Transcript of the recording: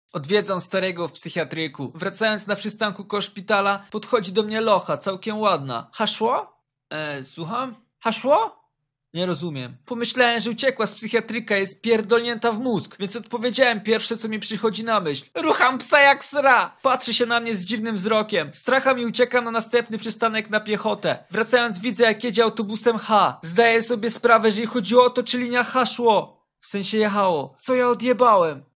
Odwiedzam starego w psychiatryku. Wracając na przystanku koło szpitala, podchodzi do mnie locha, całkiem ładna. Haszło? Słucham? Haszło? Nie rozumiem. Pomyślałem, że uciekła z psychiatryka, jest pierdolnięta w mózg, więc odpowiedziałem pierwsze, co mi przychodzi na myśl. Rucham psa jak sra! Patrzy się na mnie z dziwnym wzrokiem. Stracham i uciekam na następny przystanek na piechotę. Wracając widzę, jak jedzie autobusem H. Zdaję sobie sprawę, że jej chodziło o to, czy linia H szło. W sensie jechało. Co ja odjebałem?